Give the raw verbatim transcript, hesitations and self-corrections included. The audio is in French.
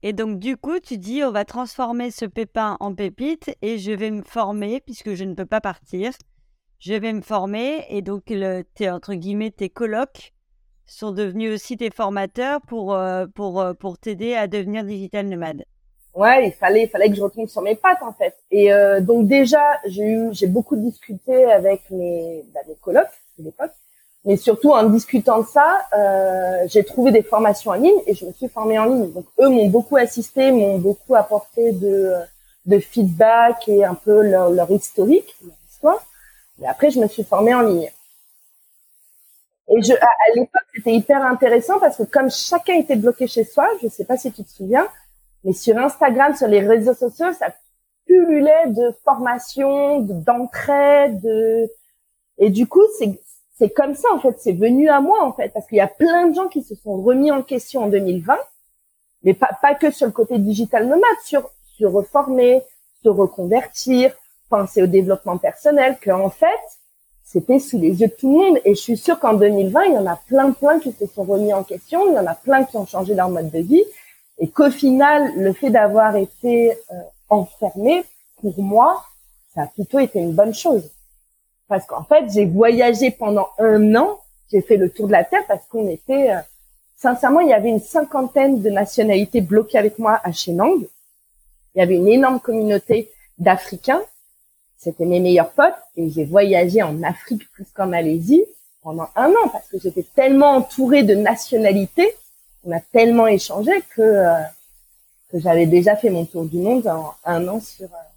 Et donc, du coup, tu dis, on va transformer ce pépin en pépite et je vais me former puisque je ne peux pas partir. Je vais me former et donc, le, tes, entre guillemets, tes colocs sont devenus aussi tes formateurs pour, euh, pour, euh, pour t'aider à devenir digital nomade. Ouais, il fallait, il fallait que je retombe sur mes pattes en fait. Et euh, donc déjà, j'ai eu, j'ai beaucoup discuté avec mes, bah, mes colocs de l'époque, mais surtout en discutant de ça, euh, j'ai trouvé des formations en ligne et je me suis formée en ligne. Donc eux m'ont beaucoup assisté, m'ont beaucoup apporté de, de feedback et un peu leur, leur historique, leur histoire. Et après, je me suis formée en ligne. Et je, à, à l'époque, c'était hyper intéressant parce que comme chacun était bloqué chez soi, je sais pas si tu te souviens, mais sur Instagram, sur les réseaux sociaux, ça pullulait de formations, de- d'entraide, de... et du coup, c'est c'est comme ça en fait, c'est venu à moi en fait, parce qu'il y a plein de gens qui se sont remis en question en deux mille vingt, mais pas pas que sur le côté digital nomade, sur se reformer, se reconvertir, penser au développement personnel, que en fait, c'était sous les yeux de tout le monde. Et je suis sûre qu'en deux mille vingt, il y en a plein plein qui se sont remis en question, il y en a plein qui ont changé leur mode de vie. Et qu'au final, le fait d'avoir été euh, enfermé, pour moi, ça a plutôt été une bonne chose. Parce qu'en fait, j'ai voyagé pendant un an, j'ai fait le tour de la Terre parce qu'on était... Euh, sincèrement, il y avait une cinquantaine de nationalités bloquées avec moi à Chenang. Il y avait une énorme communauté d'Africains. C'était mes meilleurs potes. Et j'ai voyagé en Afrique plus qu'en Malaisie pendant un an parce que j'étais tellement entourée de nationalités, on a tellement échangé que... Euh, que j'avais déjà fait mon tour du monde en un an sur